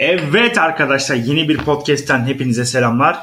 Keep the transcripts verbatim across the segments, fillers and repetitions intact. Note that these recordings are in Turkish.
Evet arkadaşlar, yeni bir podcast'ten hepinize selamlar.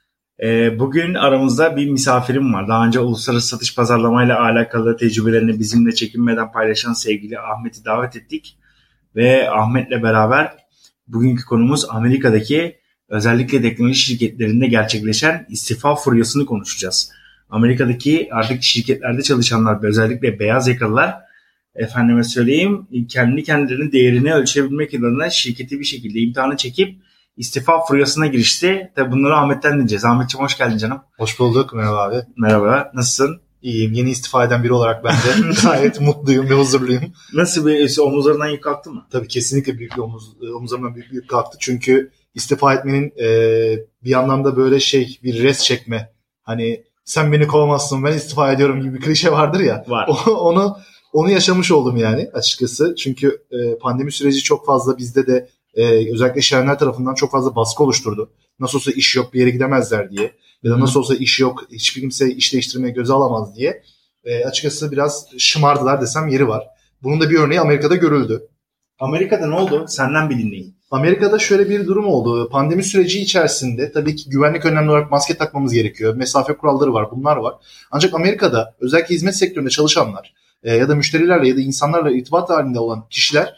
Ee, bugün aramızda bir misafirim var. Daha önce uluslararası satış pazarlamayla alakalı tecrübelerini bizimle çekinmeden paylaşan sevgili Ahmet'i davet ettik. Ve Ahmet'le beraber bugünkü konumuz Amerika'daki özellikle teknoloji şirketlerinde gerçekleşen istifa furyasını konuşacağız. Amerika'daki artık şirketlerde çalışanlar ve özellikle beyaz yakalılar, efendime söyleyeyim, kendi kendilerinin değerini ölçebilmek adına şirketi bir şekilde imtihana çekip istifa furyasına girişti. Tabi bunları Ahmet'ten dinleyeceğiz. Ahmetciğim hoş geldin canım. Hoş bulduk. Merhaba abi. Merhaba. Nasılsın? İyiyim. Yeni istifa eden biri olarak ben de gayet mutluyum ve huzurluyum. Nasıl bir omuzlarından yük kalktı mı? Tabii kesinlikle büyük bir omuz, omuzlarımdan büyük bir yük kalktı. Çünkü istifa etmenin e, bir anlamda böyle şey bir res çekme. Hani sen beni kovamazsın ben istifa ediyorum gibi bir klişe vardır ya. Var. O, onu onu yaşamış oldum yani açıkçası. Çünkü e, pandemi süreci çok fazla bizde de e, özellikle işverenler tarafından çok fazla baskı oluşturdu. Nasıl olsa iş yok bir yere gidemezler diye. Ya da nasıl olsa iş yok hiçbir kimse iş değiştirmeye göze alamaz diye. E, açıkçası biraz şımardılar desem yeri var. Bunun da bir örneği Amerika'da görüldü. Amerika'da ne oldu? Senden bir dinleyin. Amerika'da şöyle bir durum oldu. Pandemi süreci içerisinde tabii ki güvenlik önlemli olarak maske takmamız gerekiyor. Mesafe kuralları var, bunlar var. Ancak Amerika'da özellikle hizmet sektöründe çalışanlar e, ya da müşterilerle ya da insanlarla irtibat halinde olan kişiler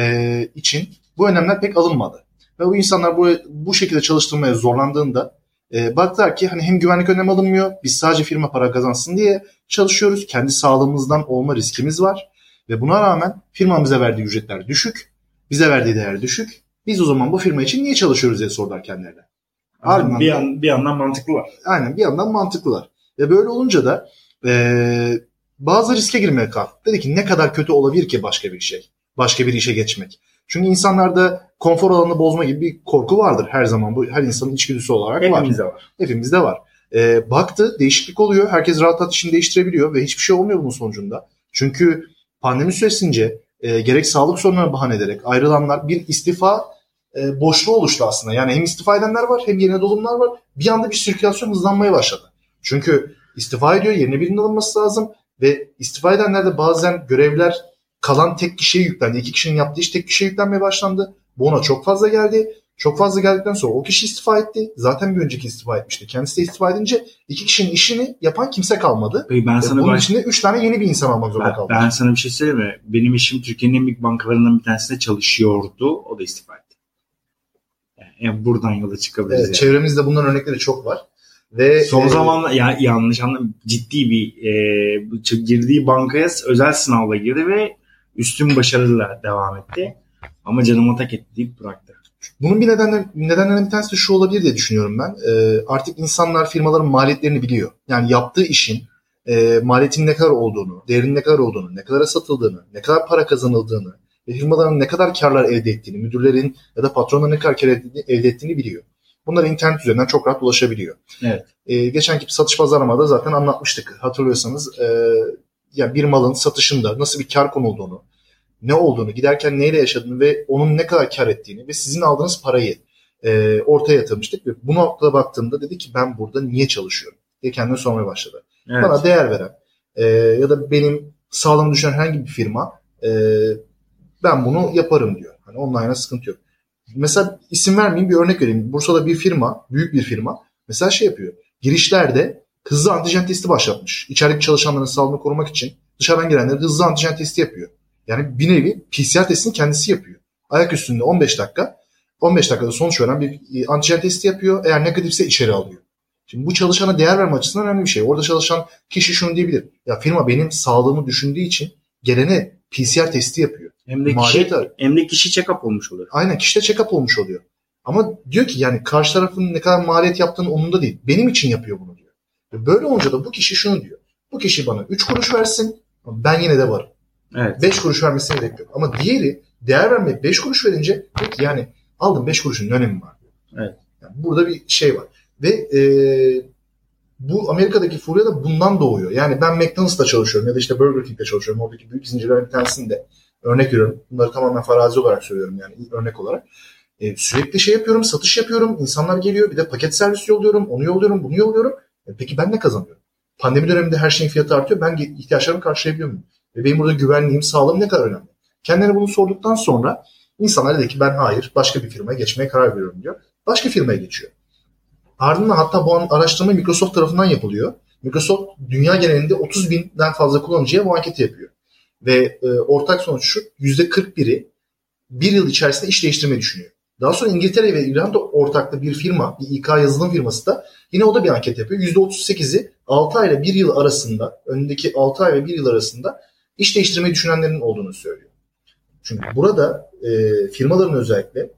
e, için bu önlemler pek alınmadı. Ve bu insanlar bu, bu şekilde çalıştırmaya zorlandığında e, baktılar ki hani hem güvenlik önlemi alınmıyor, biz sadece firma para kazansın diye çalışıyoruz. Kendi sağlığımızdan olma riskimiz var. Ve buna rağmen firma bize verdiği ücretler düşük, bize verdiği değer düşük. Biz o zaman bu firma için niye çalışıyoruz diye sordular kendilerine. Ardından bir, yan, bir yandan mantıklılar. Aynen bir yandan mantıklılar. Ve böyle olunca da e, bazı riske girmeye kalktı. Dedi ki ne kadar kötü olabilir ki başka bir şey, başka bir işe geçmek. Çünkü insanlarda konfor alanını bozma gibi bir korku vardır her zaman. Bu her insanın içgüdüsü olarak var. Hepimizde var. Hepimizde var. E, baktı değişiklik oluyor. Herkes rahat rahat işini değiştirebiliyor ve hiçbir şey olmuyor bunun sonucunda. Çünkü pandemi süresince e, gerek sağlık sorunlarına bahane ederek ayrılanlar bir istifa e, boşluğu oluştu aslında. Yani hem istifa edenler var hem yerine dolumlar var. Bir anda bir sirkülasyon hızlanmaya başladı. Çünkü istifa ediyor, yerine birinin alınması lazım ve istifa edenlerde bazen görevler kalan tek kişiye yüklendi. İki kişinin yaptığı iş tek kişiye yüklenmeye başlandı. Bu ona çok fazla geldi. Çok fazla geldikten sonra o kişi istifa etti. Zaten bir önceki istifa etmişti. Kendisi de istifa edince iki kişinin işini yapan kimse kalmadı. Peki ben sana bunun baş... içinde üç tane yeni bir insan almak zorunda kaldı. Ben, ben sana bir şey söyleyeyim mi? Benim işim Türkiye'nin en büyük bankalarından bir tanesinde çalışıyordu. O da istifa etti. Yani buradan yola çıkabiliriz. Evet, yani. Çevremizde bunların örnekleri çok var. Ve son e, zamanlarda ya, yanlış anladım. Ciddi bir e, girdiği bankaya özel sınavla girdi ve üstün başarıyla devam etti. Ama canıma tak etti deyip bıraktı. Bunun bir nedenler, nedenlerinden bir tanesi de şu olabilir diye düşünüyorum ben. E, artık insanlar firmaların maliyetlerini biliyor. Yani yaptığı işin e, maliyetinin ne kadar olduğunu, değerinin ne kadar olduğunu, ne kadara satıldığını, ne kadar para kazanıldığını ve firmaların ne kadar karlar elde ettiğini, müdürlerin ya da patronların ne kadar kar elde ettiğini biliyor. Bunlar internet üzerinden çok rahat ulaşabiliyor. Evet. E, geçenki bir satış pazarlamada zaten anlatmıştık. Hatırlıyorsanız e, ya bir malın satışında nasıl bir kar konulduğunu, ne olduğunu, giderken neyle yaşadığını ve onun ne kadar kar ettiğini ve sizin aldığınız parayı e, ortaya yatırmıştık. Ve bu noktada baktığımda dedi ki ben burada niye çalışıyorum diye kendine sormaya başladı. Evet. Bana değer veren e, ya da benim sağlığımı düşünen herhangi bir firma e, ben bunu yaparım diyor. Hani online'a sıkıntı yok. Mesela isim vermeyeyim bir örnek vereyim. Bursa'da bir firma, büyük bir firma mesela şey yapıyor. Girişlerde hızlı antijen testi başlatmış. İçerideki çalışanların sağlığını korumak için dışarıdan gelenlere hızlı antijen testi yapıyor. Yani bir nevi P C R testini kendisi yapıyor. Ayak üstünde on beş dakika, on beş dakikada sonuç veren bir antijen testi yapıyor. Eğer negatifse içeri alıyor. Şimdi bu çalışana değer verme açısından önemli bir şey. Orada çalışan kişi şunu diyebilir. Ya firma benim sağlığımı düşündüğü için gelene P C R testi yapıyor. Hem de kişi, hem de kişi check-up olmuş oluyor. Aynen kişi de check-up olmuş oluyor. Ama diyor ki yani karşı tarafın ne kadar maliyet yaptığının umurunda değil. Benim için yapıyor bunu diyor. Ve böyle olunca da bu kişi şunu diyor. Bu kişi bana üç kuruş versin ben yine de varım. Evet. beş kuruş vermesine gerek yok. Ama diğeri değer vermek beş kuruş verince yani aldım beş kuruşun önemi var. Evet. Yani burada bir şey var. Ve e, bu Amerika'daki furya da bundan doğuyor. Yani ben McDonald's'ta çalışıyorum ya da işte Burger King'de çalışıyorum. Oradaki büyük zincirlerin bir tanesinde örnek veriyorum. Bunları tamamen farazi olarak söylüyorum yani örnek olarak. E, sürekli şey yapıyorum, satış yapıyorum. İnsanlar geliyor. Bir de paket servis yolluyorum. Onu yolluyorum, bunu yolluyorum. E, peki ben ne kazanıyorum? Pandemi döneminde her şeyin fiyatı artıyor. Ben ihtiyaçlarımı karşılayabiliyor muyum? Ve benim burada güvenliğim, sağlığım ne kadar önemli? Kendilerine bunu sorduktan sonra İnsanlar dedi ki ben hayır başka bir firmaya geçmeye karar veriyorum diyor. Başka firmaya geçiyor. Ardından hatta bu araştırma Microsoft tarafından yapılıyor. Microsoft dünya genelinde otuz binden fazla kullanıcıya bu anketi yapıyor. Ve e, ortak sonuç şu, yüzde kırk biri bir yıl içerisinde iş değiştirmeyi düşünüyor. Daha sonra İngiltere ve İrlanda ortaklı bir firma, bir İK yazılım firması da yine o da bir anket yapıyor. yüzde otuz sekizi altı ay ile bir yıl arasında, önündeki altı ay ve bir yıl arasında iş değiştirmeyi düşünenlerin olduğunu söylüyor. Çünkü burada e, firmaların özellikle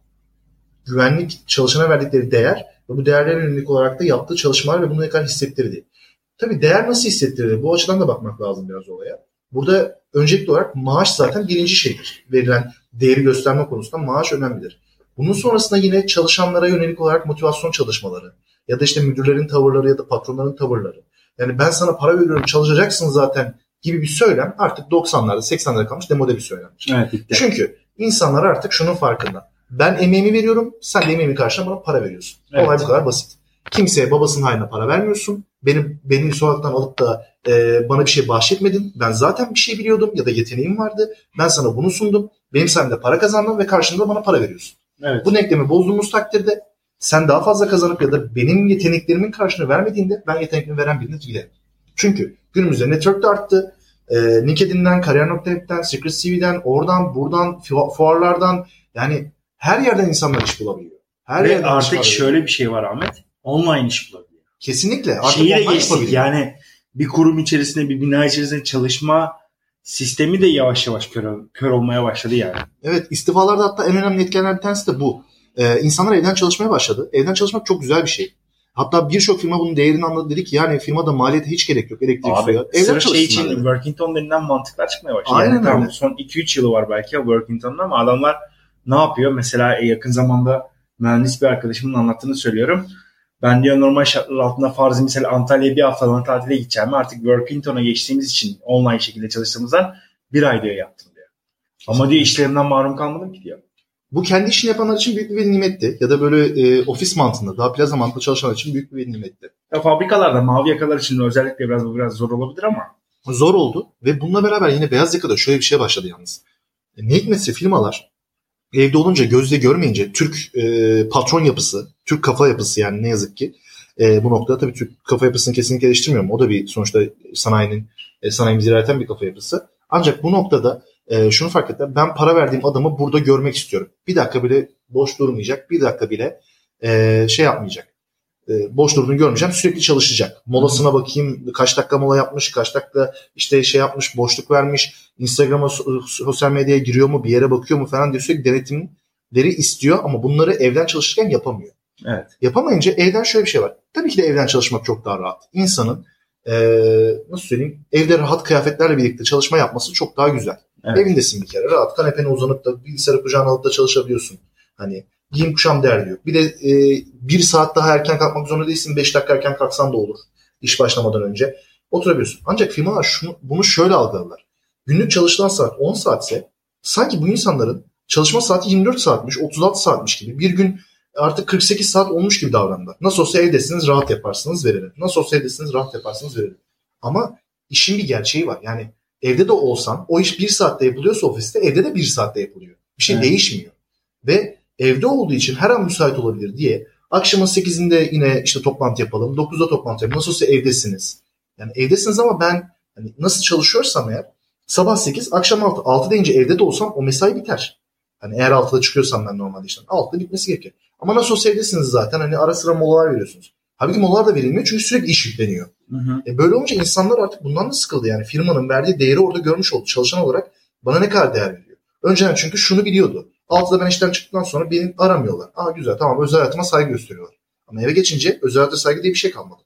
güvenlik çalışana verdikleri değer ve bu değerlere yönelik olarak da yaptığı çalışmalar ve bunu ne kadar hissettirdiği. Tabii değer nasıl hissettirir? Bu açıdan da bakmak lazım biraz olaya. Burada öncelikli olarak maaş zaten birinci şeydir. Verilen değeri gösterme konusunda maaş önemlidir. Bunun sonrasında yine çalışanlara yönelik olarak motivasyon çalışmaları ya da işte müdürlerin tavırları ya da patronların tavırları. Yani ben sana para veriyorum çalışacaksın zaten gibi bir söylem artık doksanlarda seksenlerde kalmış demode bir söylemdir. Evet, bitti. Çünkü insanlar artık şunun farkında. Ben emeğimi veriyorum, sen de emeğimin karşılığında bana para veriyorsun. Evet. Olay bu kadar basit. Kimseye babasının hayrına para vermiyorsun. Benim beni sokaktan alıp da e, bana bir şey bahşetmedin. Ben zaten bir şey biliyordum ya da yeteneğim vardı. Ben sana bunu sundum. Benim sayemde para kazandım ve karşılığında bana para veriyorsun. Evet. Bu denklemi bozduğumuz takdirde sen daha fazla kazanıp ya da benim yeteneklerimin karşılığını vermediğinde ben yeteneklerimi veren birine giderim. Çünkü günümüzde network de arttı. E, LinkedIn'den, kariyer nokta net'ten, Secret C V'den, oradan, buradan, fuarlardan yani her yerden insanlar iş bulabiliyor. Her ve artık şöyle bir şey var Ahmet. Online iş bulabiliyor. Kesinlikle. Artık şeyi de geçtik yani bir kurum içerisinde, bir bina içerisinde çalışma sistemi de yavaş yavaş kör, kör olmaya başladı yani. Evet, istifalarda hatta en önemli etkenlerden bir tanesi de bu. Ee, insanlar evden çalışmaya başladı. Evden çalışmak çok güzel bir şey. Hatta birçok firma bunun değerini anladı. Dedi ki yani firmada maliyete hiç gerek yok. Elektrik, suya. Abi sırf şey için dedi. Workington denilen mantıklar çıkmaya başladı. Aynen yani öyle. Tam son iki üç yılı var belki Workington'da ama adamlar ne yapıyor? Mesela yakın zamanda mühendis bir arkadaşımın anlattığını söylüyorum. Ben diyor normal şartlar altında farzı misal Antalya'ya bir haftalığına tatile gideceğim. Artık Workington'a geçtiğimiz için online şekilde çalıştığımızdan bir ay diyor yaptım diyor. Ama diyor işlerimden mahrum kalmadım ki diyor. Bu kendi işini yapanlar için büyük bir nimetti. Ya da böyle e, ofis mantığında, daha plaza mantığında çalışanlar için büyük bir nimetti. Ya fabrikalarda mavi yakalar için özellikle biraz bu biraz zor olabilir ama. Zor oldu ve bununla beraber yine beyaz yakada şöyle bir şey başladı yalnız. E, ne hikmetse firmalar evde olunca gözle görmeyince Türk e, patron yapısı, Türk kafa yapısı yani ne yazık ki e, bu noktada tabii Türk kafa yapısını kesinlikle eleştirmiyorum. O da bir sonuçta sanayinin e, sanayimizi üreten bir kafa yapısı. Ancak bu noktada e, şunu fark ettim. Ben para verdiğim adamı burada görmek istiyorum. Bir dakika bile boş durmayacak. Bir dakika bile e, şey yapmayacak. E, boş durduğunu görmeyeceğim. Sürekli çalışacak. Molasına bakayım. Kaç dakika mola yapmış. Kaç dakika işte şey yapmış. Boşluk vermiş. Instagram'a, sosyal medyaya giriyor mu? Bir yere bakıyor mu falan diye sürekli denetimleri istiyor. Ama bunları evden çalışırken yapamıyor. Evet. Yapamayınca evden şöyle bir şey var. Tabii ki de evden çalışmak çok daha rahat. İnsanın e, nasıl söyleyeyim? Evde rahat kıyafetlerle birlikte çalışma yapması çok daha güzel. Evet. Evindesin bir kere. Rahat kanepene uzanıp da bilgisayarı kucağına alıp da çalışabiliyorsun. Hani giyim kuşam der diyor. Bir de e, bir saat daha erken kalkmak zorunda değilsin. Beş dakika erken kalksan da olur. İş başlamadan önce. Oturabiliyorsun. Ancak firmalar şunu, bunu şöyle algılarlar. Günlük çalışılan saat on saatse sanki bu insanların çalışma saati yirmi dört saatmiş, otuz altı saatmiş gibi. Bir gün artık kırk sekiz saat olmuş gibi davranırlar. Nasıl olsa evdesiniz rahat yaparsınız verelim. Nasıl olsa evdesiniz rahat yaparsınız verelim. Ama işin bir gerçeği var. Yani evde de olsan o iş bir saatte yapılıyorsa ofiste evde de bir saatte yapılıyor. Bir şey evet. değişmiyor. Ve evde olduğu için her an müsait olabilir diye akşamın sekizinde yine işte toplantı yapalım. dokuzda toplantı yapalım. Nasıl olsa evdesiniz. Yani evdesiniz ama ben hani nasıl çalışıyorsam eğer sabah sekiz akşam altı. altı deyince evde de olsam o mesai biter. Hani eğer altıda çıkıyorsam ben normalde işten altıda bitmesi gerekir. Ama nasıl olsa evdesiniz zaten hani ara sıra molalar veriyorsunuz. Halbuki molalar da verilmiyor çünkü sürekli iş yükleniyor. Hı hı. E böyle olunca insanlar artık bundan da sıkıldı. Yani firmanın verdiği değeri orada görmüş oldu. Çalışan olarak bana ne kadar değer veriyor. Önceden çünkü şunu biliyordu. altıda ben işten çıktıktan sonra beni aramıyorlar. Aa güzel tamam özel hayatıma saygı gösteriyorlar. Ama eve geçince özel hayata saygı diye bir şey kalmadı.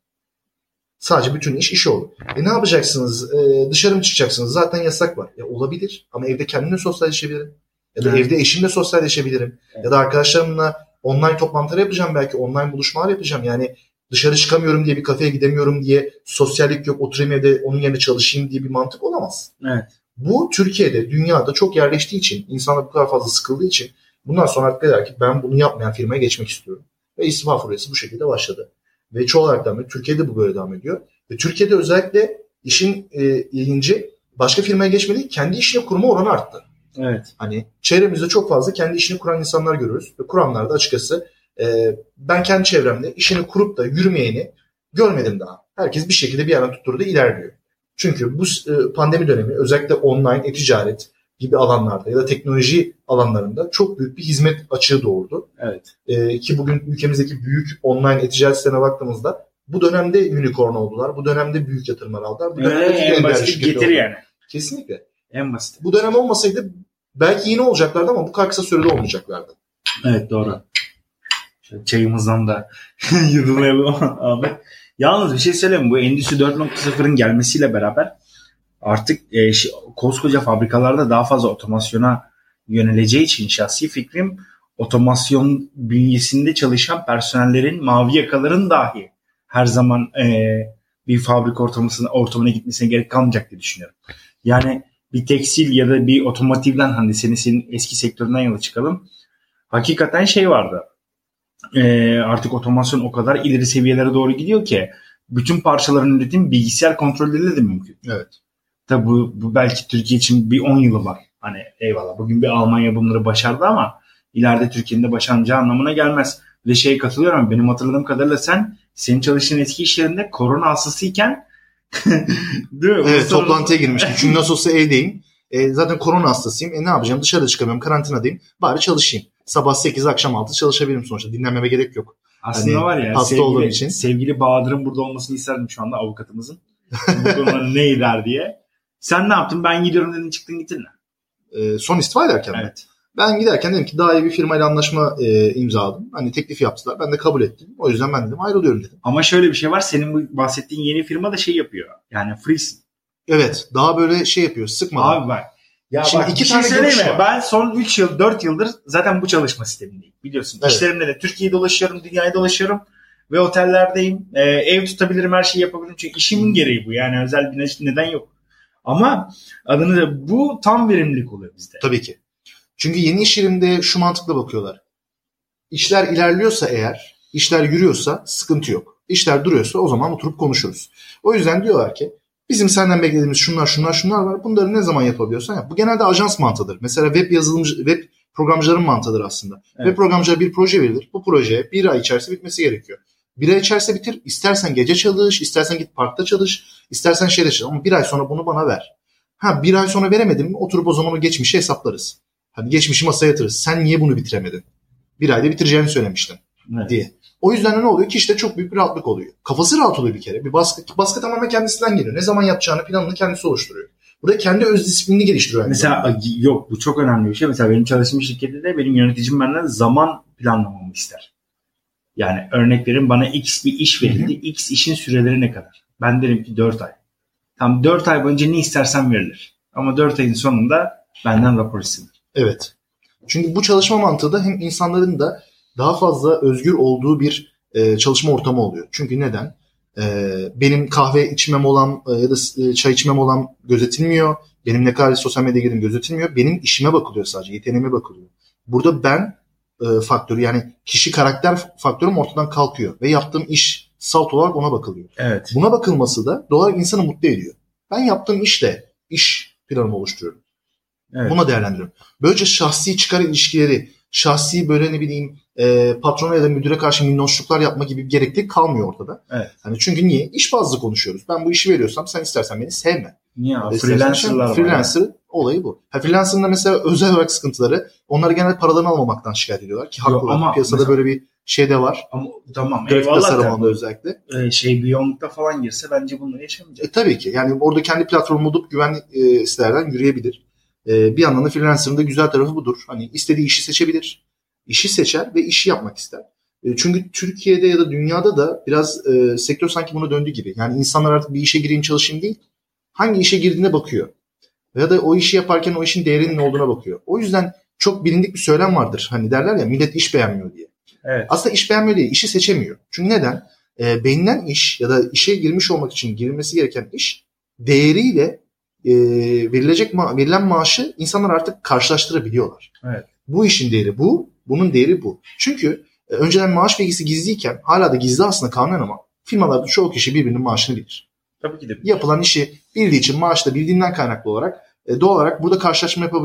Sadece bütün iş iş oldu. E ne yapacaksınız? E, dışarı mı çıkacaksınız? Zaten yasak var. Ya olabilir ama evde kendimle sosyalleşebilirim. Ya da evet. evde eşimle sosyalleşebilirim. Evet. Ya da arkadaşlarımla online toplantılar yapacağım belki. Online buluşmalar yapacağım. Yani dışarı çıkamıyorum diye bir kafeye gidemiyorum diye sosyallik yok oturayım evde onun yerine çalışayım diye bir mantık olamaz. Evet. Bu Türkiye'de, dünyada çok yerleştiği için, insanlar bu kadar fazla sıkıldığı için bundan sonra artık der ki ben bunu yapmayan firmaya geçmek istiyorum. Ve istifa furyası bu şekilde başladı. Ve çoğu olarak devam ediyor. Türkiye'de bu böyle devam ediyor. Ve Türkiye'de özellikle işin e, ilginci başka firmaya geçmedi, kendi işini kurma oranı arttı. Evet. Hani çevremizde çok fazla kendi işini kuran insanlar görüyoruz. Ve kuranlar da açıkçası e, ben kendi çevremde işini kurup da yürümeyeni görmedim daha. Herkes bir şekilde bir yerden tutturdu ilerliyor. Çünkü bu e, pandemi dönemi özellikle online e-ticaret gibi alanlarda ya da teknoloji alanlarında çok büyük bir hizmet açığı doğurdu. Evet. E, ki bugün ülkemizdeki büyük online e-ticaret sitelerine baktığımızda bu dönemde unicorn oldular. Bu dönemde büyük yatırımlar aldılar. Bu dönemde evet, en basit getir yani. Kesinlikle. En basit. Bu dönem olmasaydı belki yine olacaklardı ama bu kadar kısa sürede olmayacaklardı. Evet doğru. Çayımızdan da yudumlayalım abi. Yalnız bir şey söyleyeyim. Bu Endüstri dört nokta sıfırın gelmesiyle beraber artık e, şey, koskoca fabrikalarda daha fazla otomasyona yöneleceği için şahsi fikrim otomasyon bünyesinde çalışan personellerin, mavi yakaların dahi her zaman e, bir fabrika ortamına, ortamına gitmesine gerek kalmayacak diye düşünüyorum. Yani bir tekstil ya da bir otomotivden hani senin, senin eski sektöründen yola çıkalım. Hakikaten şey vardı. E, artık otomasyon o kadar ileri seviyelere doğru gidiyor ki bütün parçaların üretimi bilgisayar kontrolleriyle de mümkün. Evet. Tabi bu, bu belki Türkiye için bir on yılı var. Hani eyvallah bugün bir Almanya bunları başardı ama ileride Türkiye'nin de başaracağı anlamına gelmez. Ve şeye katılıyorum, benim hatırladığım kadarıyla sen senin çalıştığın eski iş yerinde korona hastasıyken değil mi? Evet, toplantıya girmiştim. Çünkü nasıl olsa evdeyim. E, zaten korona hastasıyım. E ne yapacağım? Dışarıda çıkamıyorum. Karantinadayım. Bari çalışayım. Sabah sekiz akşam altı çalışabilirim sonuçta. Dinlenmeme gerek yok. Aslında hani, var ya hasta sevgili, olduğum için. Sevgili Bahadır'ın burada olmasını isterdim şu anda, avukatımızın. Bu konuda ne der diye. Sen ne yaptın? Ben gidiyorum dedin, çıktın gittin mi? E, son istifa ederken evet. mi? Ben giderken dedim ki daha iyi bir firmayla anlaşma e, imzaladım. Hani teklif yaptılar. Ben de kabul ettim. O yüzden ben dedim ayrılıyorum dedim. Ama şöyle bir şey var. Senin bu bahsettiğin yeni firma da şey yapıyor. Yani freesin. Evet. Daha böyle şey yapıyor. Sıkmadan. Abi bak. Ya şimdi bak, iki bir tane şey görüş söyleyeyim mi? var. Ben son üç yıl dört yıldır zaten bu çalışma sistemindeyim. Biliyorsun. Evet. İşlerimde de Türkiye'yi dolaşıyorum. Dünyayı dolaşıyorum. Ve otellerdeyim. Ee, ev tutabilirim. Her şeyi yapabilirim. Çünkü işimin gereği bu. Yani özel bir neden yok. Ama adını da bu tam verimlilik oluyor bizde. Tabii ki. Çünkü yeni iş yerinde şu mantıkla bakıyorlar. İşler ilerliyorsa eğer, işler yürüyorsa sıkıntı yok. İşler duruyorsa o zaman oturup konuşuruz. O yüzden diyorlar ki bizim senden beklediğimiz şunlar şunlar şunlar var. Bunları ne zaman yapabiliyorsan yap. Bu genelde ajans mantığıdır. Mesela web yazılımcı, web programcıların mantığıdır aslında. Evet. Web programcıya bir proje verilir. Bu proje bir ay içerisinde bitmesi gerekiyor. Bir ay içerisinde bitir. İstersen gece çalış, istersen git parkta çalış, istersen şeyde çalış. Ama bir ay sonra bunu bana ver. Ha bir ay sonra veremedim mi oturup o zaman o geçmişi hesaplarız. Hani geçmişi masaya yatırırız. Sen niye bunu bitiremedin? Bir ayda bitireceğini söylemiştin evet. diye. O yüzden ne oluyor ki işte çok büyük bir rahatlık oluyor. Kafası rahat oluyor bir kere. Bir baskı, baskı tamamen kendisinden geliyor. Ne zaman yapacağını planını kendisi oluşturuyor. Burada kendi öz disiplinini geliştiriyor. Mesela yani. Yok bu çok önemli bir şey. Mesela benim çalıştığım şirkette de benim yöneticim benden zaman planlamamı ister. Yani örnek verin, bana X bir iş verildi. Hı hı. X işin süreleri ne kadar? Ben derim ki dört ay. Tam dört ay boyunca ne istersen verilir. Ama dört ayın sonunda benden rapor istenir. Evet. Çünkü bu çalışma mantığı da hem insanların da daha fazla özgür olduğu bir e, çalışma ortamı oluyor. Çünkü neden? E, benim kahve içmem olan e, ya da e, çay içmem olan gözetilmiyor. Benim ne kadar sosyal medyaya girdiğim gözetilmiyor. Benim işime bakılıyor sadece. Yeteneğime bakılıyor. Burada ben e, faktörü yani kişi karakter faktörüm ortadan kalkıyor. Ve yaptığım iş salt olarak ona bakılıyor. Evet. Buna bakılması da doğal olarak insanı mutlu ediyor. Ben yaptığım işte iş planımı oluşturuyorum. Evet. Buna değerlendiriyorum. Böylece şahsi çıkar ilişkileri, şahsi böyle ne bileyim e, patrona ya da müdüre karşı minnoşluklar yapma gibi bir gereklilik kalmıyor ortada. Evet. Hani çünkü niye? İş bazlı konuşuyoruz. Ben bu işi veriyorsam sen istersen beni sevme. Niye? Freelancer'lar var. Freelancer olayı bu. Ha, freelancer'ın da mesela özel olarak sıkıntıları, onlar genelde paralarını almamaktan şikayet ediyorlar ki haklılar. Ama piyasada mesela, böyle bir şey de var. Ama tamam. Grafik tasarımında özellikle. Ee, şey Beyond'da falan girse bence bunları yaşamayacak. E, tabii ki. Yani orada kendi platformu bulup güvenli e, sitelerden yürüyebilir. Bir yandan da freelancer'ın da güzel tarafı budur. Hani istediği işi seçebilir. İşi seçer ve işi yapmak ister. Çünkü Türkiye'de ya da dünyada da biraz e, sektör sanki buna döndü gibi. Yani insanlar artık bir işe gireyim çalışayım değil. Hangi işe girdiğine bakıyor. Ya da o işi yaparken o işin değerinin ne olduğuna bakıyor. O yüzden çok bilindik bir söylem vardır. Hani derler ya millet iş beğenmiyor diye. Evet. Aslında iş beğenmiyor değil, işi seçemiyor. Çünkü neden? E, beğenilen iş ya da işe girmiş olmak için girilmesi gereken iş değeriyle E, verilecek ma- verilen maaşı insanlar artık karşılaştırabiliyorlar. Evet. Bu işin değeri bu, bunun değeri bu. Çünkü e, önceden maaş bilgisi gizliyken hala da gizli aslında kanunen ama firmalarda çoğu kişi birbirinin maaşını bilir. Tabii ki de. Yapılan işi bildiği için maaşı da bildiğinden kaynaklı olarak e, doğal olarak burada karşılaşma yapabiliyor.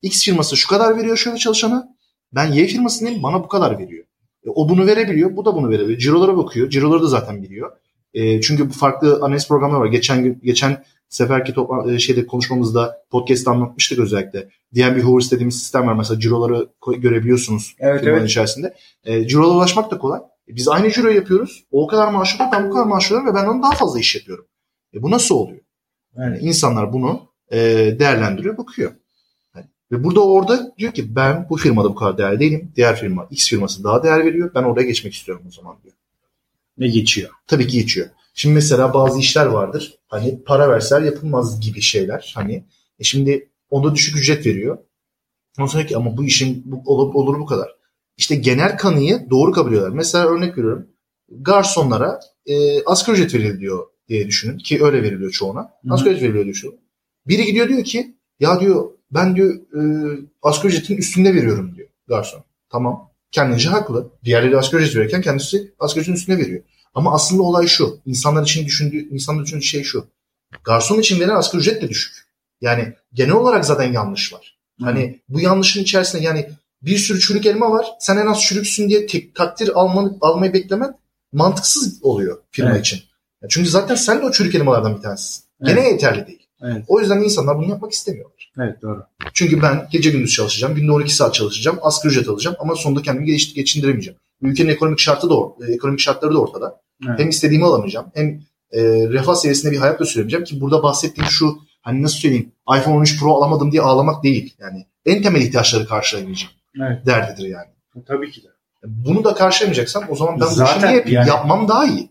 X firması şu kadar veriyor şöyle çalışana. Ben Y firmasındayım, bana bu kadar veriyor. E, o bunu verebiliyor, bu da bunu verebiliyor. Cirolara bakıyor. Ciroları da zaten biliyor. E, çünkü bu farklı analiz programları var. Geçen gün geçen seferki topla, şeyde konuşmamızda podcast'ta anlatmıştık özellikle. D and B Hoovers dediğimiz sistem var. Mesela ciroları görebiliyorsunuz evet, firmanın evet. içerisinde. E, cirolara ulaşmak da kolay. E, biz aynı ciroyu yapıyoruz. O kadar maaş alıyor, ben bu kadar maaş alıyorum ve ben ondan daha fazla iş yapıyorum. E, bu nasıl oluyor? Yani insanlar bunu e, değerlendiriyor, bakıyor. Yani, ve burada orada diyor ki ben bu firmada bu kadar değerli değilim. Diğer firma X firması daha değer veriyor. Ben oraya geçmek istiyorum o zaman diyor. Ve geçiyor. Tabii ki geçiyor. Şimdi mesela bazı işler vardır. Hani para verseler yapılmaz gibi şeyler. Hani e şimdi onda düşük ücret veriyor. Ondan sonra ki ama bu işin bu, olur, olur bu kadar. İşte genel kanıyı doğru kabul ediyorlar. Mesela örnek veriyorum. Garsonlara e, asgari ücret veriliyor diye düşünün. Ki öyle veriliyor çoğuna. Asgari ücret veriliyor diyor şu. Biri gidiyor diyor ki ya diyor ben diyor e, asgari ücretin üstünde veriyorum diyor garson. Tamam. Kendince haklı. Diğerleri asgari ücret verirken kendisi asgari ücretin üstünde veriyor. Ama aslında olay şu. İnsanlar için düşündüğü, insanlar düşündüğü şey şu. Garson için verilen asgari ücret de düşük. Yani genel olarak zaten yanlış var. Hmm. Hani bu yanlışın içerisinde yani bir sürü çürük elma var. Sen en az çürüksün diye tek, takdir almanı, almayı beklemen mantıksız oluyor firma evet. için. Çünkü zaten sen de o çürük elmalardan bir tanesisin. Evet. Gene yeterli değil. Evet. O yüzden insanlar bunu yapmak istemiyorlar. Evet doğru. Çünkü ben gece gündüz çalışacağım. Günde on iki saat çalışacağım. Asgari ücret alacağım. Ama sonunda kendimi geç, geçindiremeyeceğim. Ülkenin ekonomik şartı da ekonomik şartları da ortada. Evet. Hem istediğimi alamayacağım. Hem e, refah seviyesinde bir hayat da süremeyeceğim ki burada bahsettiğim şu hani nasıl söyleyeyim iPhone on üç Pro alamadım diye ağlamak değil. Yani en temel ihtiyaçları karşılayamayacağım. Evet. Derdidir yani. Tabii ki de. Bunu da karşılayamayacaksam o zaman ben bu işi niye yapayım? Yani, yapmam daha iyi.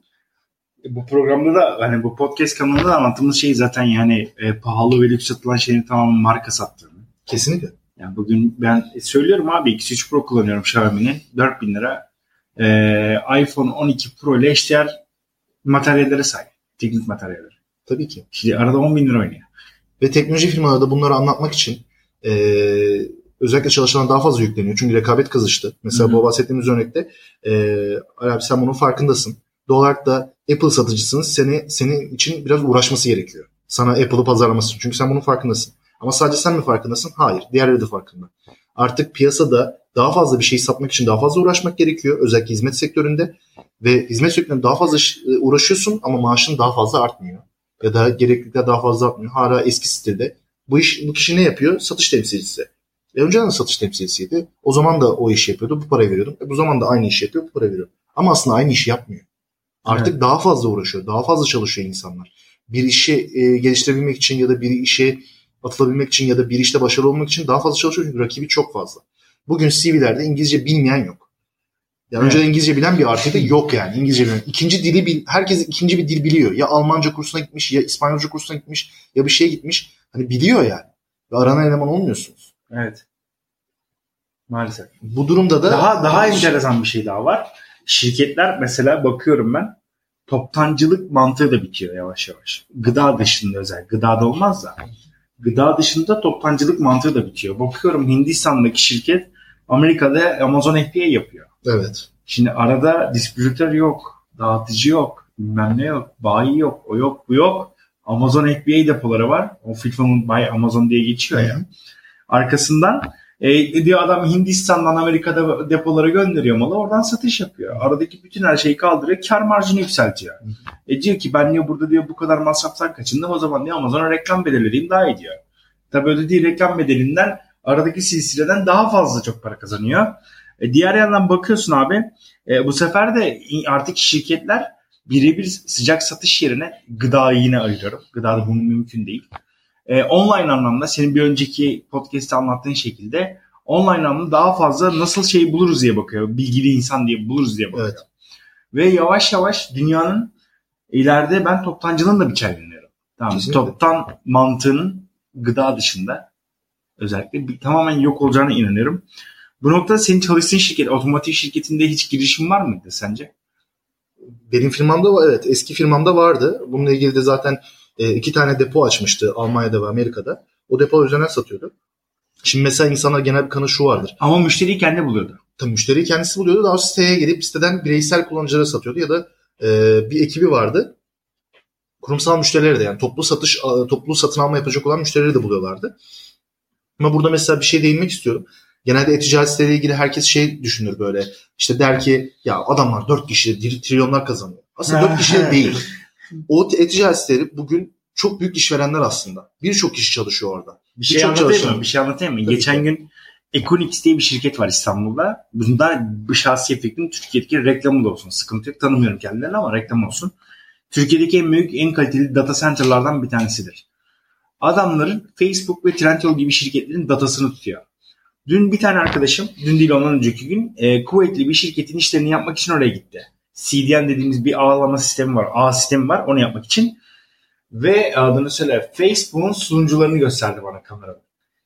Bu programda da hani bu podcast kanalında da anlattığımız şey zaten yani e, pahalı ve lüks satılan şeyin tamamen marka sattığını. Kesinlikle. Yani bugün ben söylüyorum abi X üç Pro kullanıyorum Xiaomi'nin dört bin lira. E, iPhone on iki Pro ile eşdeğer materyallere sahip. Teknik materyaller. Tabii ki. Şimdi arada on bin lira oynuyor. Ve teknoloji firmaları da bunları anlatmak için e, özellikle çalışanlar daha fazla yükleniyor. Çünkü rekabet kızıştı. Mesela Hı-hı. bu bahsettiğimiz örnekte e, abi sen bunun farkındasın. Doğal olarak da Apple satıcısının seni, senin için biraz uğraşması gerekiyor. Sana Apple'ı pazarlaması için. Çünkü sen bunun farkındasın. Ama sadece sen mi farkındasın? Hayır. Diğerleri de farkında. Artık piyasada daha fazla bir şey satmak için daha fazla uğraşmak gerekiyor. Özellikle hizmet sektöründe. Ve hizmet sektöründe daha fazla uğraşıyorsun ama maaşın daha fazla artmıyor. Ya da gereklilikler daha fazla artmıyor. Hala eski stilde. Bu iş, bu kişi ne yapıyor? Satış temsilcisi. E önceden de satış temsilcisiydi. O zaman da o işi yapıyordu. Bu parayı veriyordum. E bu zaman da aynı işi yapıyor. Bu parayı veriyor. Ama aslında aynı işi yapmıyor. Artık evet. daha fazla uğraşıyor. Daha fazla çalışıyor insanlar. Bir işi e, geliştirebilmek için ya da bir işe atılabilmek için ya da bir işte başarılı olmak için daha fazla çalışıyor. Çünkü rakibi çok fazla. Bugün C V'lerde İngilizce bilmeyen yok. Yani evet. önceden İngilizce bilen bir artı yok yani. İngilizce bilen. İkinci dili bil, herkes ikinci bir dil biliyor. Ya Almanca kursuna gitmiş, ya İspanyolca kursuna gitmiş, ya bir şeye gitmiş. Hani biliyor yani. Ve aranan eleman olmuyorsunuz. Evet. Maalesef. Bu durumda da daha daha enteresan bir şey daha var. Şirketler mesela bakıyorum ben toptancılık mantığı da bitiyor yavaş yavaş. Gıda dışında özel. Gıdada olmaz da. Gıda dışında toptancılık mantığı da bitiyor. Bakıyorum Hindistan'daki şirket Amerika'da Amazon F B A yapıyor. Evet. Şimdi arada distribütör yok, dağıtıcı yok, bilmem ne yok, bayi yok, o yok, bu yok. Amazon F B A depoları var. O Fulfillment by Amazon diye geçiyor ya. Yani. Arkasından e, diyor adam Hindistan'dan Amerika'da depolara gönderiyor malı. Oradan satış yapıyor. Aradaki bütün her şeyi kaldırıyor. Kar marjını yükseltiyor. E diyor ki ben diyor burada diyor bu kadar masraftan kaçındım. O zaman diyor Amazon'a reklam bedeli daha iyi diyor. Tabii ödediği reklam bedelinden aradaki silsileden daha fazla çok para kazanıyor. E, diğer yandan bakıyorsun abi e, bu sefer de artık şirketler birebir sıcak satış yerine gıdayı yine ayırıyorum. Gıdada bu mümkün değil. E, online anlamda senin bir önceki podcast'te anlattığın şekilde online anlamda daha fazla nasıl şey buluruz diye bakıyor. Bilgili insan diye buluruz diye bakıyor. Evet. Ve yavaş yavaş dünyanın ileride ben toptancılığını da biçerleniyorum. Tamam. Toptan mantığının gıda dışında özellikle bir, tamamen yok olacağına inanıyorum. Bu noktada senin çalıştığın şirket, otomotiv şirketinde hiç girişim var mıydı sence? Benim firmamda var, evet. Eski firmamda vardı. Bununla ilgili de zaten e, iki tane depo açmıştı Almanya'da ve Amerika'da. O depo üzerinden satıyordu. Şimdi mesela insanlar genel bir kanı şu vardır. Ama müşteriyi kendi buluyordu. Tabii müşteriyi kendisi buluyordu. Daha sonra siteye gelip siteden bireysel kullanıcılara satıyordu. Ya da e, bir ekibi vardı. Kurumsal müşterileri de yani toplu satış, toplu satın alma yapacak olan müşterileri de buluyorlardı. Ama burada mesela bir şey değinmek istiyorum. Genelde e-ticaret siteleriyle ilgili herkes şey düşünür böyle. İşte der ki ya adamlar dört kişi trilyonlar kazanıyor. Aslında dört kişi değil. O e-ticaret siteleri bugün çok büyük işverenler aslında. Birçok kişi çalışıyor orada. Bir şey anlatayım mı? Bir şey anlatayım mı? Geçen ki. gün Econix diye bir şirket var İstanbul'da. Bunlar bu şahsi fikrin Türkiye'deki reklamı da olsun. Sıkıntı yok. Tanımıyorum kendilerini ama reklam olsun. Türkiye'deki en büyük, en kaliteli data center'lardan bir tanesidir. Adamların Facebook ve Trendyol gibi şirketlerin datasını tutuyor. Dün bir tane arkadaşım, dün değil ondan önceki gün e, kuvvetli bir şirketin işlerini yapmak için oraya gitti. C D N dediğimiz bir ağlama sistemi var. Ağ sistemi var onu yapmak için. Ve adını söyle Facebook'un sunucularını gösterdi bana kamerada.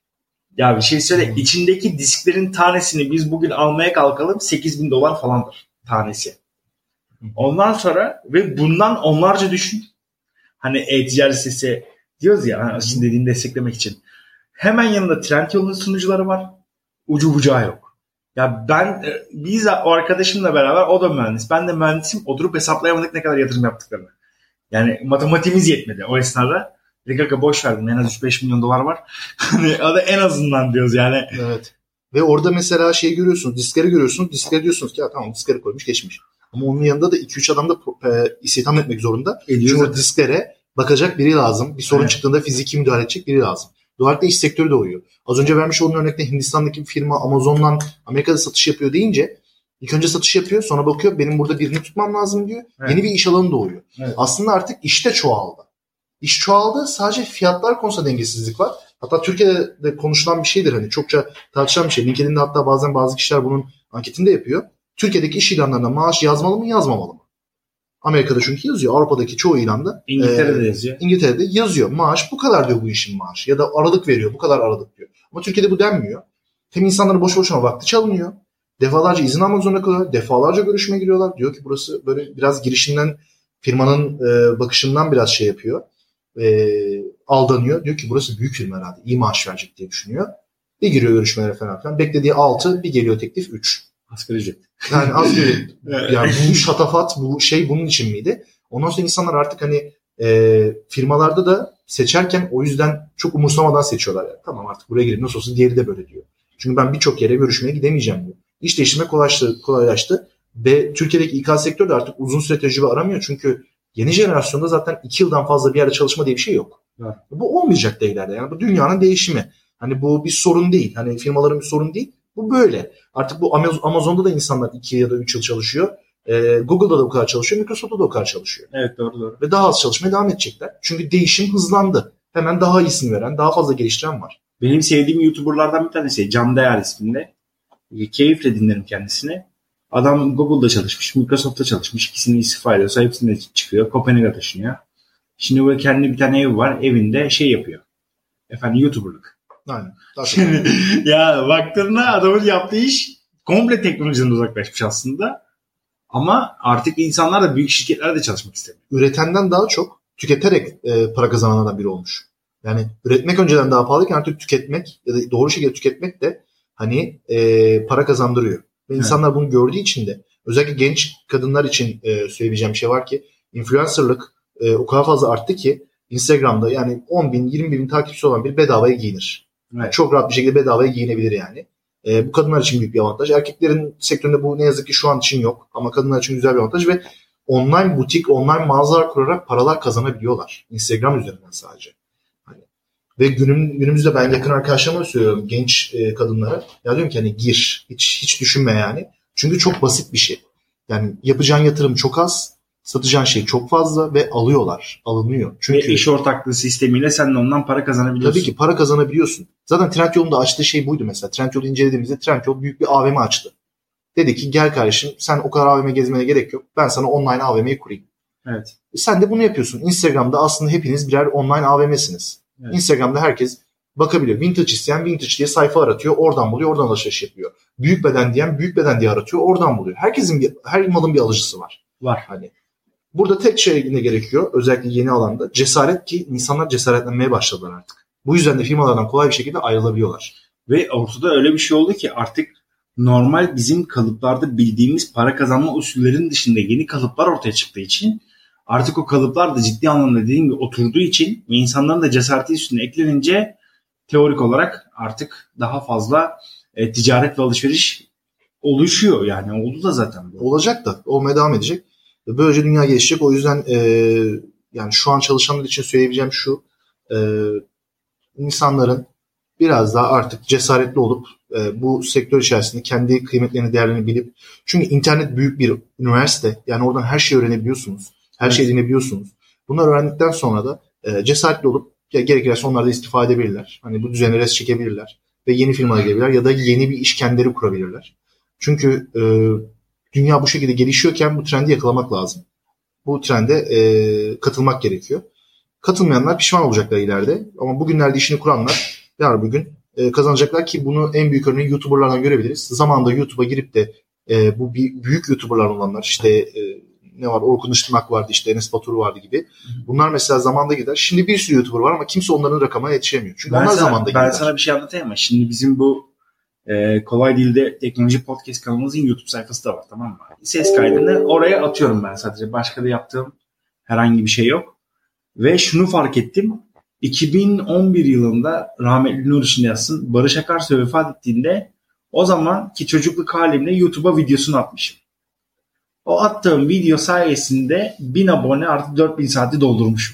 Ya bir şey söyle. Hmm. İçindeki disklerin tanesini biz bugün almaya kalkalım sekiz bin dolar falandır tanesi. Hmm. Ondan sonra ve bundan onlarca düşün. Hani e-ticaret sitesi diyoruz ya hani şimdi dediğini desteklemek için. Hemen yanında Trendyol'un sunucuları var. Ucu bucağı yok. Ya ben biz o arkadaşımla beraber o da mühendis. Ben de mühendisim. Oturup hesaplayamadık ne kadar yatırım yaptıklarını. Yani matematiğimiz yetmedi o esnada. Rekaka boş verdim. En az üç beş milyon dolar var. Hani o da en azından diyoruz yani. Evet. Ve orada mesela şey görüyorsunuz. Diskleri görüyorsunuz. Diskleri diyorsunuz ki ya tamam diskleri koymuş geçmiş. Ama onun yanında da iki üç adam da e, istihdam etmek zorunda. Ediyor çünkü o disklere bakacak biri lazım. Bir sorun evet. çıktığında fiziki müdahale edecek biri lazım. Dolayısıyla iş sektörü de uyuyor. Az önce vermiş olduğum örnekte Hindistan'daki bir firma Amazon'dan Amerika'da satış yapıyor deyince ilk önce satış yapıyor sonra bakıyor benim burada birini tutmam lazım diyor. Evet. Yeni bir iş alanı doğuyor. Evet. Aslında artık işte çoğaldı. İş çoğaldı sadece fiyatlar konusunda dengesizlik var. Hatta Türkiye'de de konuşulan bir şeydir hani çokça tartışılan bir şey. LinkedIn'de hatta bazen bazı kişiler bunun anketini de yapıyor. Türkiye'deki iş ilanlarına maaş yazmalı mı yazmamalı mı? Amerika'da çünkü yazıyor. Avrupa'daki çoğu ilanda İngiltere'de e, yazıyor. İngiltere'de yazıyor. Maaş bu kadar diyor bu işin maaşı. Ya da aralık veriyor. Bu kadar aralık diyor. Ama Türkiye'de bu denmiyor. Hem insanların boş boşuna vakti çalınıyor. Defalarca izin almak zorunda kalıyor. Defalarca görüşmeye giriyorlar. Diyor ki burası böyle biraz girişinden firmanın e, bakışından biraz şey yapıyor. E, aldanıyor. Diyor ki burası büyük firma herhalde. İyi maaş verecek diye düşünüyor. Bir giriyor görüşmelere falan filan. Beklediği altı bir geliyor teklif üç. Asgari ücret. Yani asgari ücret. Yani bu şatafat bu şey bunun için miydi? Ondan sonra insanlar artık hani e, firmalarda da seçerken o yüzden çok umursamadan seçiyorlar. Yani. Tamam artık buraya gireyim nasıl olsa diğeri de böyle diyor. Çünkü ben birçok yere görüşmeye gidemeyeceğim diyor. İş değiştirme kolaylaştı, kolaylaştı. Ve Türkiye'deki İK sektörü de artık uzun süre tecrübe aramıyor. Çünkü yeni jenerasyonda zaten iki yıldan fazla bir yerde çalışma diye bir şey yok. Evet. Bu olmayacak da ileride. Yani bu dünyanın değişimi. Hani bu bir sorun değil. Hani firmaların bir sorun değil. Bu böyle. Artık bu Amazon'da da insanlar iki ya da üç yıl çalışıyor. Ee, Google'da da bu kadar çalışıyor. Microsoft'ta da o kadar çalışıyor. Evet doğru doğru. Ve daha az çalışmaya devam edecekler. Çünkü değişim hızlandı. Hemen daha iyisini veren, daha fazla geliştiren var. Benim sevdiğim YouTuber'lardan bir tanesi Can Değer isminde. Keyifle dinlerim kendisini. Adam Google'da çalışmış, Microsoft'ta çalışmış. İkisini istifa ediyorsa hepsinde çıkıyor. Kopenhag'a taşınıyor. Şimdi böyle kendi bir tane evi var. Evinde şey yapıyor. Efendim YouTuber'lık. Aynen. Şimdi, ya baktığında adamın yaptığı iş komple teknolojiden uzaklaşmış aslında. Ama artık insanlar da büyük şirketlerde çalışmak istemiyor. Üretenden daha çok tüketerek e, para kazananlardan biri olmuş. Yani üretmek önceden daha pahalıyken artık tüketmek ya da doğru şekilde tüketmek de hani e, para kazandırıyor. Ve insanlar evet. bunu gördüğü için de özellikle genç kadınlar için e, söyleyebileceğim bir şey var ki influencerlık e, o kadar fazla arttı ki Instagram'da yani on bin yirmi bin takipçisi olan bir bedavaya giyinir. Evet. Yani çok rahat bir şekilde bedavaya giyinebilir yani. E, bu kadınlar için büyük bir avantaj. Erkeklerin sektöründe bu ne yazık ki şu an için yok. Ama kadınlar için güzel bir avantaj ve online butik, online mağazalar kurarak paralar kazanabiliyorlar. Instagram üzerinden sadece. Hani. Ve günüm, günümüzde ben yakın arkadaşlarıma söylüyorum genç e, kadınlara. Ya diyorum ki hani gir. Hiç, hiç düşünme yani. Çünkü çok basit bir şey. Yani yapacağın yatırım çok az. Satacağın şey çok fazla ve alıyorlar. Alınıyor. Çünkü ve iş ortaklığı sistemiyle sen de ondan para kazanabiliyorsun. Tabii ki para kazanabiliyorsun. Zaten Trendyol'un da açtığı şey buydu mesela. Trendyol'u incelediğimizde Trendyol büyük bir A V M açtı. Dedi ki gel kardeşim sen o kadar A V M gezmene gerek yok. Ben sana online A V M'yi kurayım. Evet. Sen de bunu yapıyorsun. Instagram'da aslında hepiniz birer online A V M'siniz. Evet. Instagram'da herkes bakabiliyor. Vintage isteyen vintage diye sayfa aratıyor. Oradan buluyor. Oradan alışveriş yapıyor. Büyük beden diyen büyük beden diye aratıyor. Oradan buluyor. Herkesin bir, her malın bir alıcısı var. Var. Hani burada tek şey ne gerekiyor? Özellikle yeni alanda cesaret ki insanlar cesaretlenmeye başladılar artık. Bu yüzden de firmalardan kolay bir şekilde ayrılabiliyorlar. Ve ortada öyle bir şey oldu ki artık normal bizim kalıplarda bildiğimiz para kazanma usullerinin dışında yeni kalıplar ortaya çıktığı için artık o kalıplar da ciddi anlamda dediğim gibi oturduğu için ve insanların da cesareti üstüne eklenince teorik olarak artık daha fazla e, ticaret ve alışveriş oluşuyor. Yani oldu da zaten. Olacak da. Olmaya devam edecek. Böylece dünya gelişecek. O yüzden e, yani şu an çalışanlar için söyleyebileceğim şu. E, insanların biraz daha artık cesaretli olup e, bu sektör içerisinde kendi kıymetlerini, değerlerini bilip, çünkü internet büyük bir üniversite. Yani oradan her şeyi öğrenebiliyorsunuz. Her evet. şeyi dinleyebiliyorsunuz. Bunları öğrendikten sonra da e, cesaretli olup ya gerekirse onlar da istifa edebilirler. Hani bu düzene res çekebilirler ve yeni firmalara gelebilirler ya da yeni bir iş kendileri kurabilirler. Çünkü e, dünya bu şekilde gelişiyorken bu trendi yakalamak lazım. Bu trende e, katılmak gerekiyor. Katılmayanlar pişman olacaklar ileride. Ama bugünlerde işini kuranlar yarın bugün e, kazanacaklar ki bunu en büyük örneği YouTuber'lardan görebiliriz. Zamanında YouTube'a girip de e, bu büyük YouTuber'lar olanlar işte e, ne var, Orkun Işıtmak vardı, işte Enes Batur vardı gibi. Bunlar mesela zamanda gider. Şimdi bir sürü YouTuber var ama kimse onların rakamına yetişemiyor. Çünkü ben onlar sana, zamanda gider. Ben sana bir şey anlatayım ama şimdi bizim bu e, Kolay Dil'de Teknoloji Podcast kanalımızın YouTube sayfası da var, tamam mı? Ses kaydını oraya atıyorum ben sadece. Başka da yaptığım herhangi bir şey yok. Ve şunu fark ettim. iki bin on bir yılında rahmetli nur içinde yatsın, Barış Akarsu vefat ettiğinde o zamanki çocukluk halimle YouTube'a videosunu atmışım. O attığım video sayesinde bin abone artı dört bin saati doldurmuşum.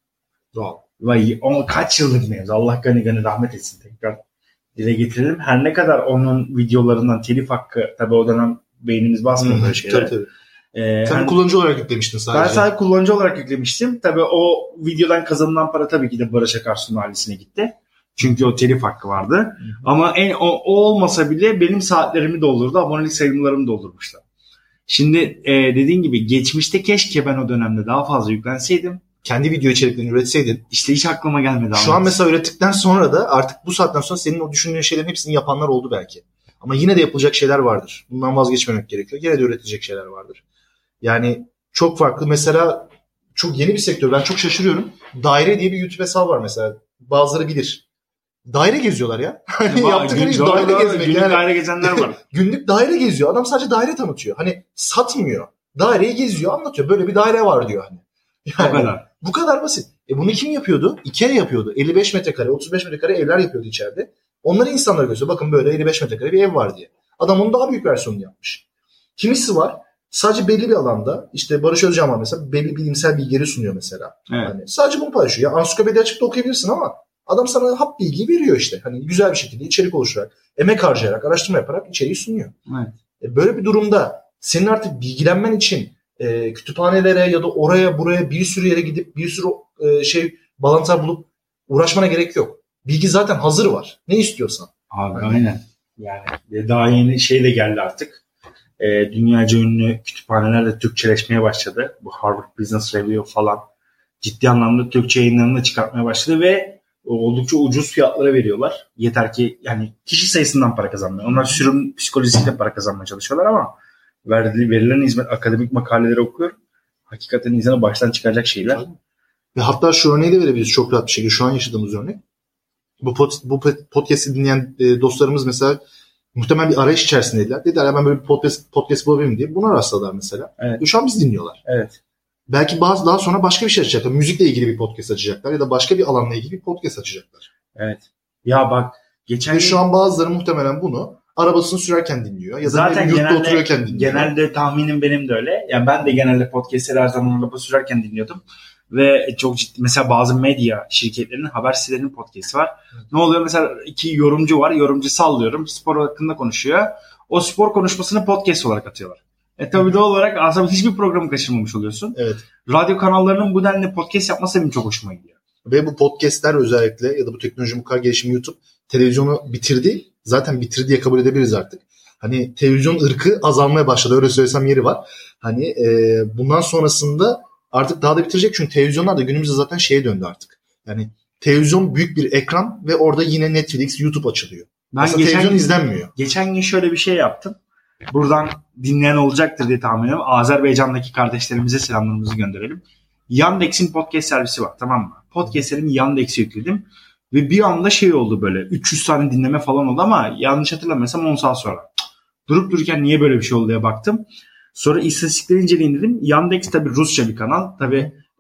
Wow. Vay, o kaç yıllık mevzu. Allah gani gani rahmet etsin, tekrar dile getirelim. Her ne kadar onun videolarından telif hakkı, tabii o dönem beynimiz basmıyor böyle şeyler. Tabii tabii. Ee, Sen hani, kullanıcı olarak yüklemiştin sadece. Ben sadece kullanıcı olarak yüklemiştim. Tabii o videodan kazanılan para tabii ki de Barış Akarsu'nun ailesine gitti. Çünkü o telif hakkı vardı. Hı-hı. Ama en o, o olmasa bile benim saatlerimi doldurdu. Abonelik sayımlarımı doldurmuşlar. Şimdi e, dediğin gibi geçmişte keşke ben o dönemde daha fazla yüklenseydim. Kendi video içeriklerini üretseydin. İşte hiç aklıma gelmedi. Şu an mesela ürettikten sonra da artık bu saatten sonra senin o düşündüğün şeylerin hepsini yapanlar oldu belki. Ama yine de yapılacak şeyler vardır. Bundan vazgeçmemek gerekiyor. Yine de üretilecek şeyler vardır. Yani çok farklı. Mesela çok yeni bir sektör. Ben çok şaşırıyorum. Daire diye bir YouTube hesabı var mesela. Bazıları bilir. Daire geziyorlar ya. Hani ya yaptıkları iş daire doğru, gezmek. Günlük yani, daire gezenler var. Günlük daire geziyor. Adam sadece daire tanıtıyor. Hani satmıyor. Daireyi geziyor, anlatıyor. Böyle bir daire var diyor hani. Yani, o kadar. Bu kadar basit. E bunu kim yapıyordu? IKEA yapıyordu. elli beş metrekare, otuz beş metrekare evler yapıyordu içeride. Onları insanlara gösteriyor. Bakın böyle elli beş metrekare bir ev var diye. Adam onun daha büyük versiyonunu yapmış. Kimisi var. Sadece belli bir alanda, işte Barış Özcan var mesela, belli bilimsel bilgileri sunuyor mesela. Evet. Hani sadece bunu paylaşıyor. Ya ansiklopedi açıp da okuyabilirsin ama adam sana hap bilgiyi veriyor işte. Hani güzel bir şekilde içerik oluşturarak, emek harcayarak, araştırma yaparak içeriği sunuyor. Evet. E böyle bir durumda senin artık bilgilenmen için e, kütüphanelere ya da oraya buraya bir sürü yere gidip bir sürü e, şey bağlantılar bulup uğraşmana gerek yok. Bilgi zaten hazır var. Ne istiyorsan. Abi yani. Aynen. Yani daha yeni şey de geldi artık. E, dünyaca ünlü kütüphaneler de Türkçeleşmeye başladı. Bu Harvard Business Review falan ciddi anlamda Türkçe yayınlarını da çıkartmaya başladı ve oldukça ucuz fiyatlara veriyorlar. Yeter ki yani kişi sayısından para kazanmıyor. Onlar sürüm psikolojisiyle para kazanmaya çalışıyorlar ama verilen hizmet, akademik makaleleri okuyor. Hakikaten insana baştan çıkacak şeyler. Ve hatta şu örneği de verebiliriz çok rahat bir şekilde. Şu an yaşadığımız örnek. Bu, pod, bu podcast'i dinleyen e, dostlarımız mesela muhtemelen bir arayış içerisindeydiler. Dediler ya ben böyle bir podcast, podcast bulabilirim diye. Buna rastladılar mesela. Evet. Ve şu an biz dinliyorlar. Evet. Belki bazı daha sonra başka bir şey açacaklar. Müzikle ilgili bir podcast açacaklar ya da başka bir alanla ilgili bir podcast açacaklar. Evet. Ya bak geçen... Ve şu an bazıları muhtemelen bunu arabasını sürerken dinliyor ya da zaten yurtta genelde, oturuyorken dinliyor. Genelde tahminim benim de öyle. Yani ben de genelde podcastleri her zaman araba sürerken dinliyordum. Ve çok ciddi mesela bazı medya şirketlerinin haber sitelerinin podcast'i var. Evet. Ne oluyor? Mesela iki yorumcu var. Yorumcu sallıyorum. Spor hakkında konuşuyor. O spor konuşmasını podcast olarak atıyorlar. E tabii doğal olarak aslında hiçbir programı kaçırmamış oluyorsun. Evet. Radyo kanallarının bu denli podcast yapması benim çok hoşuma gidiyor. Ve bu podcastler özellikle ya da bu teknoloji bu kadar gelişimi YouTube televizyonu bitirdi. Zaten bitirdi diye kabul edebiliriz artık. Hani televizyon ırkı azalmaya başladı. Öyle söylesem yeri var. Hani e, bundan sonrasında artık daha da bitirecek. Çünkü televizyonlar da günümüzde zaten şeye döndü artık. Yani televizyon büyük bir ekran ve orada yine Netflix, YouTube açılıyor. Ben aslında geçen televizyon gün, izlenmiyor. Geçen gün şöyle bir şey yaptım. Buradan dinleyen olacaktır diye tahmin ediyorum. Azerbaycan'daki kardeşlerimize selamlarımızı gönderelim. Yandex'in podcast servisi var, tamam mı? Podcastlerimi Yandex'e yükledim. Ve bir anda şey oldu böyle. üç yüz tane dinleme falan oldu ama yanlış hatırlamıyorsam on saat sonra. Durup dururken niye böyle bir şey oldu diye baktım. Sonra istatistikleri inceleyin dedim. Yandex tabii Rusça bir kanal. Tabii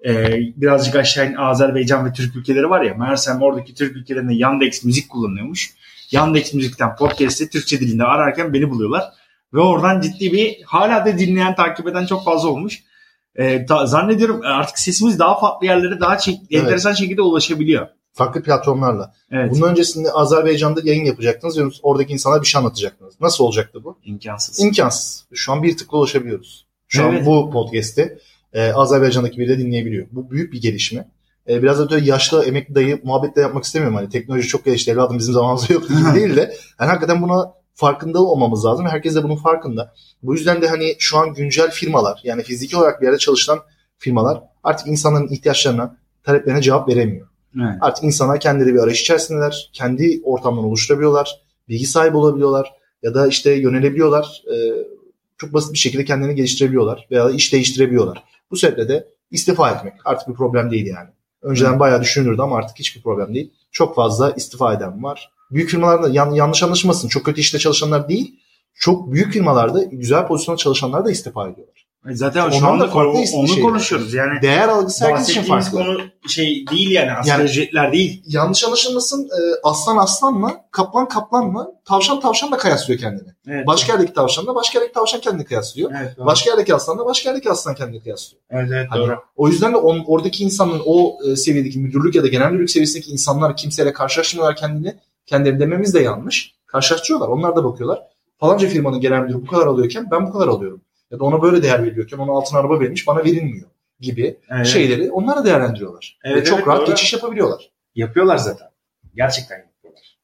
Ee, birazcık aşağı in Azerbaycan ve Türk ülkeleri var ya. Meğersem oradaki Türk ülkelerinde Yandex Müzik kullanıyormuş. Yandex Müzik'ten podcast'i Türkçe dilinde ararken beni buluyorlar. Ve oradan ciddi bir hala da dinleyen, takip eden çok fazla olmuş. Ee, ta, zannediyorum artık sesimiz daha farklı yerlere daha çek, evet. enteresan şekilde ulaşabiliyor. Farklı platformlarla. Evet. Bunun öncesinde Azerbaycan'da yayın yapacaktınız ve oradaki insanlara bir şey anlatacaktınız. Nasıl olacaktı bu? İmkansız. İmkansız. Şu an bir tıkla ulaşabiliyoruz. Şu evet. an bu podcast'i e, Azerbaycan'daki biri de dinleyebiliyor. Bu büyük bir gelişme. E, biraz da böyle yaşlı emekli dayı muhabbet de yapmak istemiyorum. Hani teknoloji çok gelişti evladım bizim zamanımızda yoktu gibi değil de. Yani hakikaten buna farkında olmamız lazım. Herkes de bunun farkında. Bu yüzden de hani şu an güncel firmalar yani fiziki olarak bir yerde çalışan firmalar artık insanların ihtiyaçlarına, taleplerine cevap veremiyor. Evet. Artık insanlar kendileri bir arayış içerisindeler. Kendi ortamlarını oluşturabiliyorlar. Bilgi sahibi olabiliyorlar. Ya da işte yönelebiliyorlar. Ee, çok basit bir şekilde kendilerini geliştirebiliyorlar. Veya iş değiştirebiliyorlar. Bu sebeple de istifa etmek artık bir problem değil yani. Önceden evet. bayağı düşünülürdü ama artık hiçbir problem değil. Çok fazla istifa eden var. Büyük firmalarda yan, yanlış anlaşılmasın. Çok kötü işte çalışanlar değil. Çok büyük firmalarda güzel pozisyonda çalışanlar da istifa ediyorlar. Zaten şu anda farklı onu şey konuşuyoruz. Yani değer algısı herkes için farklı. Konu şey değil yani asgari yani, ücretler değil. Yanlış anlaşılmasın. Aslan aslanla, kaplan kaplanla, tavşan tavşanla kıyaslıyor kendini. Evet, başka yerdeki tavşanla başka yerdeki tavşan kendini kıyaslıyor. Evet, başka yerdeki aslanla başka yerdeki aslan kendini kıyaslıyor. Evet, evet hani, doğru. O yüzden de on, oradaki insanın o seviyedeki müdürlük ya da genel müdürlük seviyesindeki insanlar kimseyle karşılaşmıyorlar kendini. Kendileri dememiz de yanlış. Karşılaştırıyorlar. Onlar da bakıyorlar. Falanca firmanın genel müdürü bu kadar alıyorken ben bu kadar alıyorum. Ya da ona böyle değer veriliyorken ona altın araba verilmiş bana verilmiyor gibi evet. şeyleri onlar da değerlendiriyorlar. Evet, Ve çok evet, rahat doğru. geçiş yapabiliyorlar. Yapıyorlar zaten. Gerçekten yapıyorlar.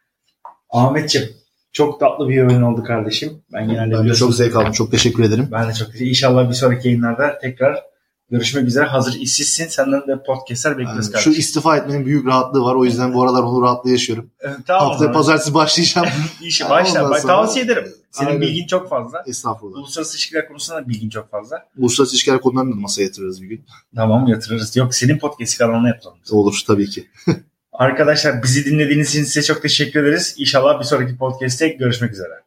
Ahmetciğim çok tatlı bir oyun oldu kardeşim. Ben genelde ben de çok zevk aldım. Çok teşekkür ederim. Ben de çok teşekkür ederim. İnşallah bir sonraki yayınlarda tekrar görüşmek üzere. Hazır işsizsin. Senden de podcastler bekliyoruz kardeşim. Şu istifa etmenin büyük rahatlığı var. O yüzden bu aralar onu rahatlığı yaşıyorum. Evet, tamam. Haftaya pazartesi başlayacağım. İşe başla. Sonra... Tavsiye ederim. Senin Aynen. bilgin çok fazla. Estağfurullah. Uluslararası ilişkiler konusunda da bilgin çok fazla. Uluslararası ilişkiler konularını da masaya yatırırız bir gün. Tamam yatırırız. Yok senin podcast kanalına yapalım. Olur tabii ki. Arkadaşlar bizi dinlediğiniz için size çok teşekkür ederiz. İnşallah bir sonraki podcast'te görüşmek üzere.